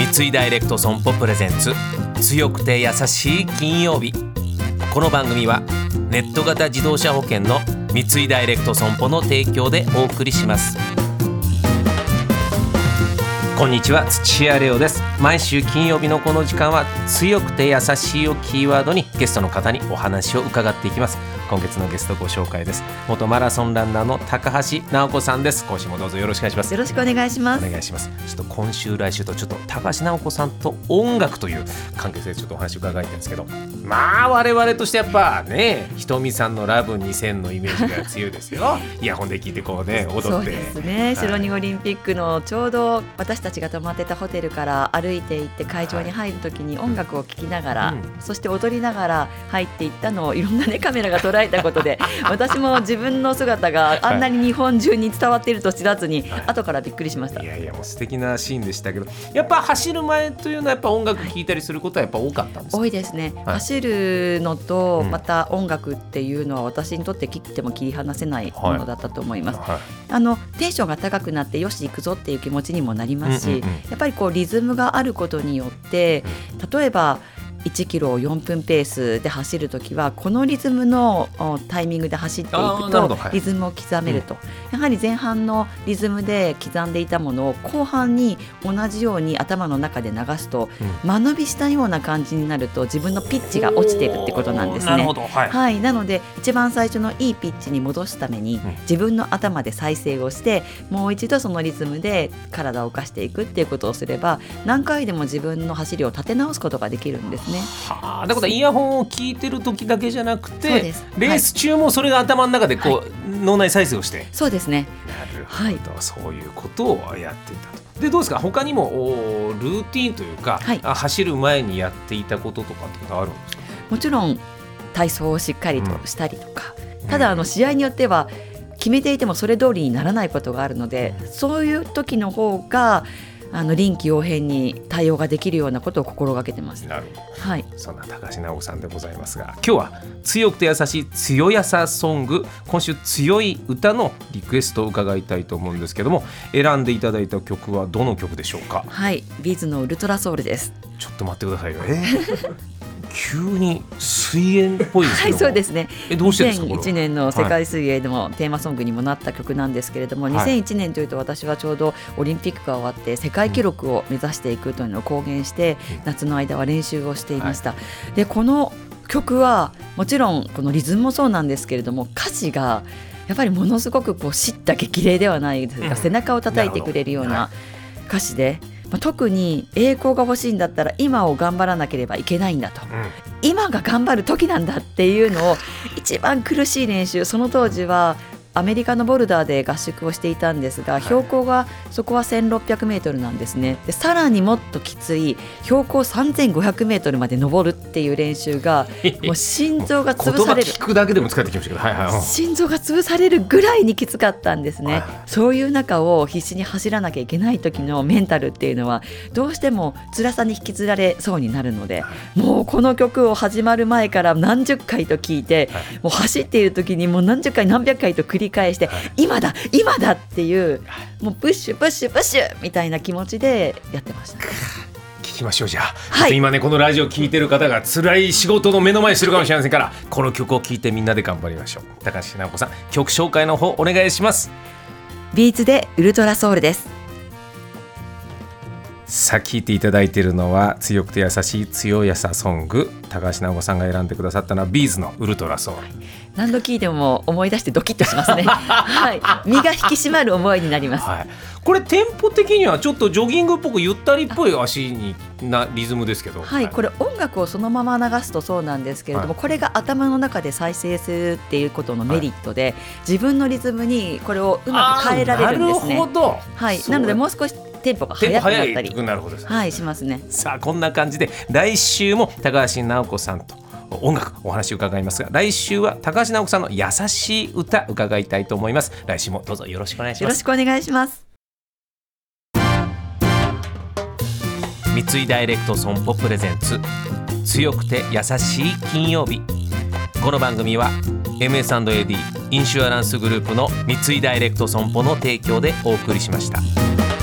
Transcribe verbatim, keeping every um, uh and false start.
三井ダイレクト損保プレゼンツ、強くて優しい金曜日。この番組はネット型自動車保険の三井ダイレクト損保の提供でお送りします。こんにちは、土屋レオです。毎週金曜日のこの時間は強くて優しいをキーワードにゲストの方にお話を伺っていきます。今月のゲストご紹介です。元マラソンランナーの高橋直子さんです。今週もどうぞよろしくお願いします。 よろしくお願いします。 お願いします。ちょっと今週来週とちょっと高橋直子さんと音楽という関係性でちょっとお話を伺いたいんですけど、まあ我々としてやっぱね、ひとみさんのラブにせんのイメージが強いですよ。イヤホンで聞いてこうね、踊って。 そうですね、はい、シドニーオリンピックのちょうど私たちが泊まってたホテルから歩いて行って会場に入るときに音楽を聴きながら、うん、そして踊りながら入っていったのをいろんな、ね、カメラが捉えたことで私も自分の姿があんなに日本中に伝わっていると知らずに、はい、後からびっくりしました。 いやいや、もう素敵なシーンでしたけど、やっぱ走る前というのはやっぱ音楽聴いたりすることはやっぱ多かったんですか？ 多いですね、はい、走るのとまた音楽っていうのは私にとって切っても切り離せないものだったと思います、はいはい、あのテンションが高くなってよし行くぞっていう気持ちにもなりますし、うんうんうん、やっぱりこうリズムがあることによって例えばいちキロをよんぷんペースで走るときはこのリズムのタイミングで走っていくとリズムを刻めると、はい、やはり前半のリズムで刻んでいたものを後半に同じように頭の中で流すと、うん、間延びしたような感じになると自分のピッチが落ちているってことなんですね。 なるほど、はいはい、なので一番最初のいいピッチに戻すために、うん、自分の頭で再生をしてもう一度そのリズムで体を動かしていくっていうことをすれば何回でも自分の走りを立て直すことができるんですね。 はあ、だからイヤホンを聞いてる時だけじゃなくてレース中もそれが頭の中でこう、はい、脳内再生をしてそうですね。 なるほど、はい、そういうことをやっていたと。でどうですか、他にもルーティーンというか、はい、走る前にやっていたこととかってことあるんですか？ もちろん体操をしっかりとしたりとか、うん、ただあの試合によっては決めていてもそれ通りにならないことがあるので、うん、そういう時の方があの臨機応変に対応ができるようなことを心がけてます。 なるほど、 はい、 そんな高橋直子さんでございますが、今日は強くて優しい強やさソング、今週強い歌のリクエストを伺いたいと思うんですけども、選んでいただいた曲はどの曲でしょうか？ はい、ビーズのウルトラソウルです。 ちょっと待ってくださいよ、えー急に水泳っぽいですけど、 はい、そうですね。 えどうしてですか？ にせんいちねんの世界水泳でもテーマソングにもなった曲なんですけれども、はい、にせんいちねんというと私はちょうどオリンピックが終わって世界記録を目指していくというのを公言して、うん、夏の間は練習をしていました、はい、でこの曲はもちろんこのリズムもそうなんですけれども歌詞がやっぱりものすごくこう叱咤激励ではないですが、うん、背中を叩いてくれるような歌詞で、まあ、特に栄光が欲しいんだったら今を頑張らなければいけないんだと、うん、今が頑張る時なんだっていうのを一番苦しい練習、その当時はアメリカのボルダーで合宿をしていたんですが、標高がそこはせんろっぴゃくメートルなんですね。でさらにもっときつい標高さんぜんごひゃくメートルまで登るっていう練習がもう心臓が潰される言葉聞くだけでも疲れてきましたけど、はいはい、 心臓が潰されるぐらいにきつかったんですね、はい、そういう中を必死に走らなきゃいけない時のメンタルっていうのはどうしても辛さに引きずられそうになるので、もうこの曲を始まる前から何十回と聞いて、はい、もう走っている時にもう何十回何百回と繰り返して、はい、今だ今だっていうもうプッシュプッシュプッシュみたいな気持ちでやってました。 聞きましょう。じゃあ、はい、今ねこのラジオ聞いてる方が辛い仕事の目の前にするかもしれませんからこの曲を聴いてみんなで頑張りましょう。高橋直子さん、曲紹介の方お願いします。 ビーツでウルトラソウルです。 さあ聴いていただいているのは強くて優しい強やさソング、高橋直子さんが選んでくださったのはビーズのウルトラソウル、はい、 何度聴いても思い出してドキッとしますね、はい、身が引き締まる思いになります、 はい、これテンポ的にはちょっとジョギングっぽくゆったりっぽい足になリズムですけど、 はい、これ音楽をそのまま流すとそうなんですけれども、はい、これが頭の中で再生するっていうことのメリットで、はい、自分のリズムにこれをうまく変えられるんですね。 なるほど、 はい、なのでもう少しテンポが速くなったりなるほど、 はい、しますね。 さあこんな感じで来週も高橋直子さんと音楽お話を伺いますが、来週は高橋直子さんの優しい歌伺いたいと思います。来週もどうぞよろしくお願いします。 よろしくお願いします。 三井ダイレクト損保プレゼンツ強くて優しい金曜日。この番組は エムエスアンドエーディー インシュアランスグループの三井ダイレクト損保の提供でお送りしました。